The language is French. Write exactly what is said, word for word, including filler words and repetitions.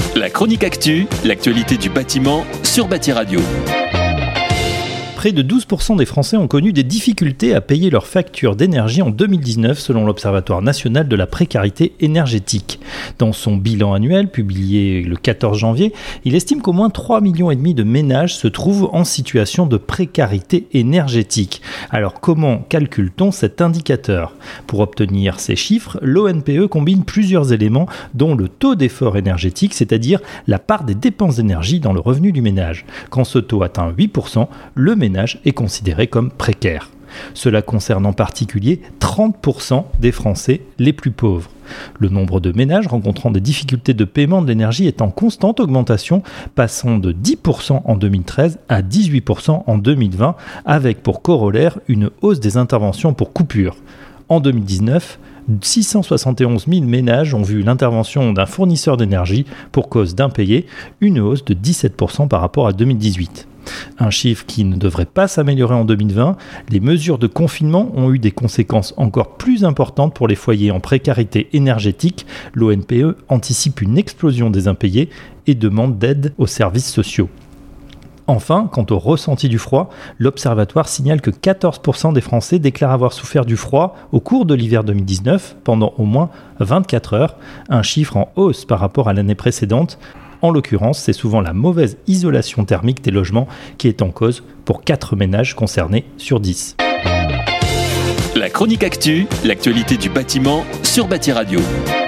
La chronique actu, l'actualité du bâtiment sur Bâti Radio. Près de douze pour cent des Français ont connu des difficultés à payer leurs factures d'énergie en deux mille dix-neuf selon l'Observatoire national de la précarité énergétique. Dans son bilan annuel publié le quatorze janvier, il estime qu'au moins trois virgule cinq millions de ménages se trouvent en situation de précarité énergétique. Alors comment calcule-t-on cet indicateur ? Pour obtenir ces chiffres, l'O N P E combine plusieurs éléments dont le taux d'effort énergétique, c'est-à-dire la part des dépenses d'énergie dans le revenu du ménage. Quand ce taux atteint huit pour cent, le ménage est considéré comme précaire. Cela concerne en particulier trente pour cent des Français les plus pauvres. Le nombre de ménages rencontrant des difficultés de paiement de l'énergie est en constante augmentation, passant de dix pour cent en deux mille treize à dix-huit pour cent en deux mille vingt, avec pour corollaire une hausse des interventions pour coupure. En deux mille dix-neuf, six cent soixante et onze mille ménages ont vu l'intervention d'un fournisseur d'énergie pour cause d'impayés, une hausse de dix-sept pour cent par rapport à deux mille dix-huit. Un chiffre qui ne devrait pas s'améliorer en deux mille vingt, les mesures de confinement ont eu des conséquences encore plus importantes pour les foyers en précarité énergétique. L'O N P E anticipe une explosion des impayés et demande d'aide aux services sociaux. Enfin, quant au ressenti du froid, l'Observatoire signale que quatorze pour cent des Français déclarent avoir souffert du froid au cours de l'hiver deux mille dix-neuf pendant au moins vingt-quatre heures, un chiffre en hausse par rapport à l'année précédente. En l'occurrence, c'est souvent la mauvaise isolation thermique des logements qui est en cause pour quatre ménages concernés sur dix. La chronique actu, l'actualité du bâtiment sur Bâti Radio.